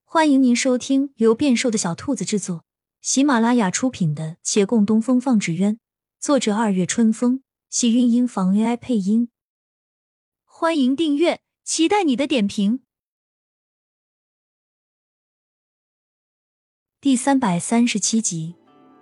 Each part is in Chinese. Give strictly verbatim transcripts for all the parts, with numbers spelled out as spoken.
欢迎您收听由变瘦的小兔子制作，喜马拉雅出品的《且共东风放纸鸢》，作者二月春风，喜韵音房 A I 配音。欢迎订阅，期待你的点评。第三百三十七集。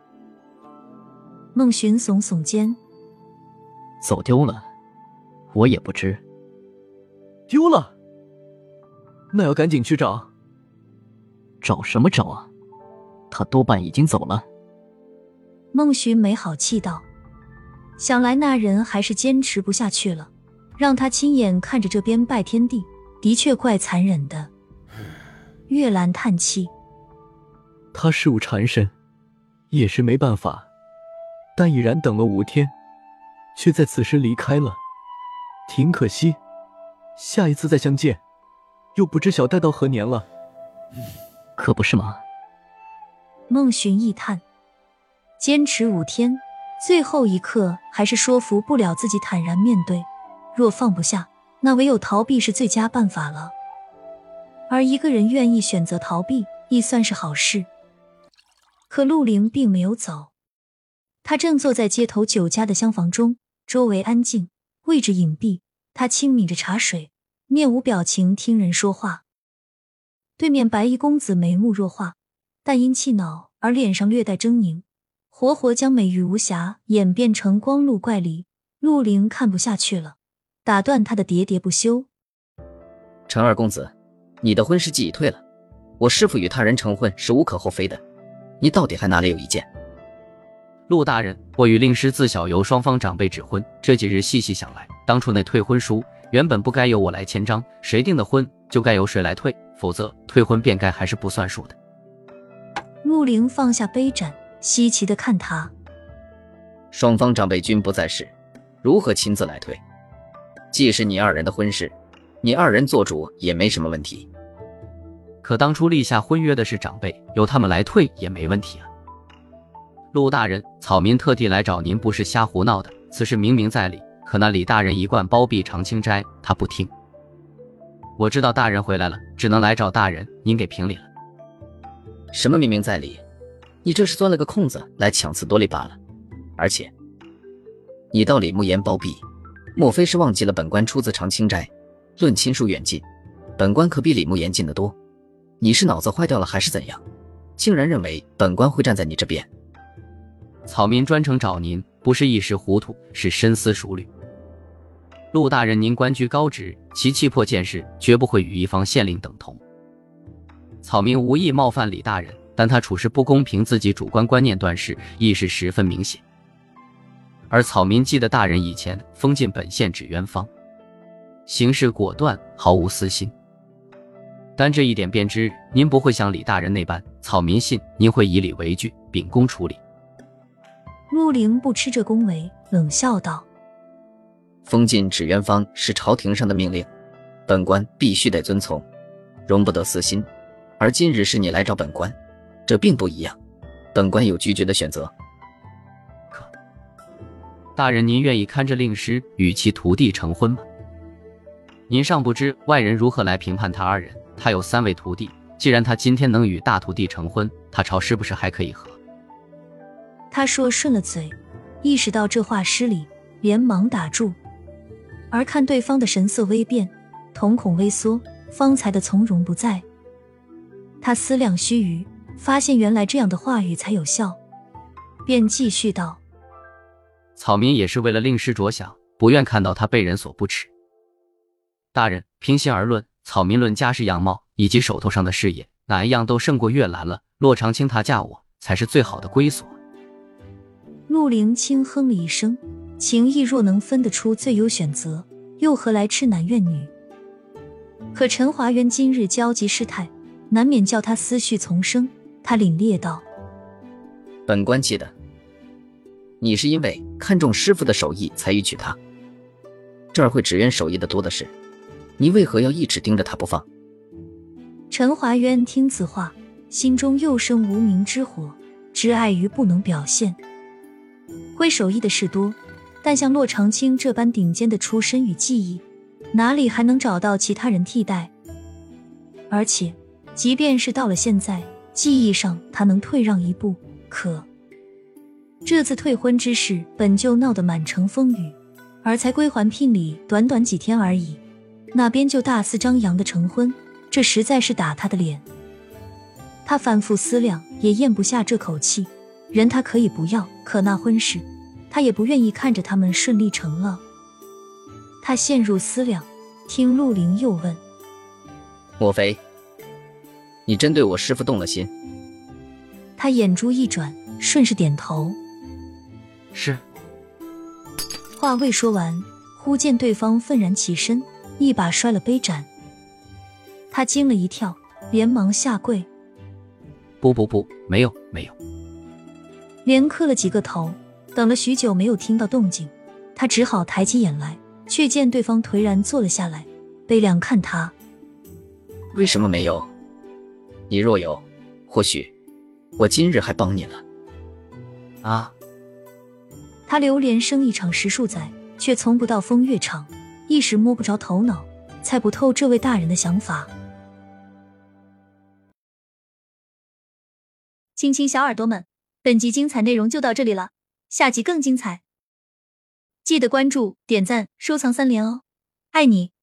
孟寻耸耸肩， 走丢了，我也不知。 丢了？那要赶紧去找。 找什么找啊？他多半已经走了。 孟寻没好气道，想来那人还是坚持不下去了，让他亲眼看着这边拜天地，的确怪残忍的。月兰叹气， 他事务缠身，也是没办法，但已然等了五天，却在此时离开了，挺可惜。下一次再相见，又不知晓待到何年了。 可不是吗？ 孟寻一叹，坚持五天，最后一刻还是说服不了自己坦然面对，若放不下，那唯有逃避是最佳办法了。而一个人愿意选择逃避，亦算是好事。可陆凌并没有走，他正坐在街头酒家的厢房中，周围安静，位置隐蔽，他轻抿着茶水，面无表情听人说话。对面白衣公子眉目若画，但因气恼而脸上略带狰狞，活活将美玉无瑕演变成光路怪离。陆凌看不下去了，打断他的喋喋不休。 陈二公子，你的婚事既已退了，我师父与他人成婚是无可厚非的，你到底还哪里有意见？ 陆大人，我与令师自小由双方长辈指婚，这几日细细想来，当初那退婚书原本不该由我来签章，谁定的婚就该由谁来退，否则退婚便该还是不算数的。 陆凌放下杯盏，稀奇地看他。 双方长辈均不在世，如何亲自来退？既是你二人的婚事，你二人做主也没什么问题。 可当初立下婚约的是长辈，由他们来退也没问题啊。陆大人，草民特地来找您不是瞎胡闹的，此事明明在理，可那李大人一贯包庇长青斋，他不听。我知道大人回来了，只能来找大人，您给评理了。 什么明明在理？你这是钻了个空子来强词夺理罢了。而且你道李慕言包庇，莫非是忘记了本官出自长青斋，论亲疏远近，本官可比李慕言近得多。你是脑子坏掉了还是怎样，竟然认为本官会站在你这边？ 草民专程找您，不是一时糊涂，是深思熟虑。陆大人您官居高职，其气魄见识绝不会与一方县令等同。草民无意冒犯李大人，但他处事不公平，自己主观观念断事，亦是十分明显。而草民记得大人以前封进本县纸鸢坊，行事果断，毫无私心。单这一点便知您不会像李大人那般，草民信您会以理为据，秉公处理。 陆凌不吃这恭维，冷笑道， 封进纸鸢坊是朝廷上的命令，本官必须得遵从，容不得私心。而今日是你来找本官，这并不一样，本官有拒绝的选择。 可大人您愿意看着令师与其徒弟成婚吗？您尚不知外人如何来评判他二人，他有三位徒弟，既然他今天能与大徒弟成婚，他朝是不是还可以和？ 他说顺了嘴，意识到这话失礼，连忙打住。而看对方的神色微变，瞳孔微缩，方才的从容不在。他思量须臾，发现原来这样的话语才有效，便继续道， 草民也是为了令师着想，不愿看到他被人所不齿。大人，平心而论，草民论家世样貌以及手头上的事业，哪一样都胜过月兰了，洛长青她嫁我才是最好的归所。 陆凌轻哼了一声，情意若能分得出最优选择，又何来痴男怨女？可陈华渊今日焦急失态，难免叫他思绪丛生。他凛冽道， 本官记得你是因为看中师傅的手艺才欲娶她，这儿会纸鸢手艺的多的是，你为何要一直盯着他不放？ 陈华渊听此话，心中又生无名之火，只碍于不能表现。会手艺的事多，但像洛长青这般顶尖的出身与技艺，哪里还能找到其他人替代？而且即便是到了现在，记忆上他能退让一步，可这次退婚之事本就闹得满城风雨，而才归还聘礼短短几天而已，那边就大肆张扬的成婚，这实在是打他的脸。他反复思量，也咽不下这口气。人他可以不要，可那婚事，他也不愿意看着他们顺利成了。他陷入思量，听陆凌又问： 莫非你真对我师父动了心？ 他眼珠一转，顺势点头。 是。 话未说完，忽见对方愤然起身，一把摔了杯盏。他惊了一跳，连忙下跪。 不不不，没有没有。 连磕了几个头，等了许久没有听到动静，他只好抬起眼来，却见对方颓然坐了下来，悲凉看他。 为什么没有？你若有，或许我今日还帮你了。 啊！ 他流连生意场十数载，却从不到风月场，一时摸不着头脑，猜不透这位大人的想法。 亲亲小耳朵们，本集精彩内容就到这里了，下集更精彩，记得关注、点赞、收藏三连哦，爱你！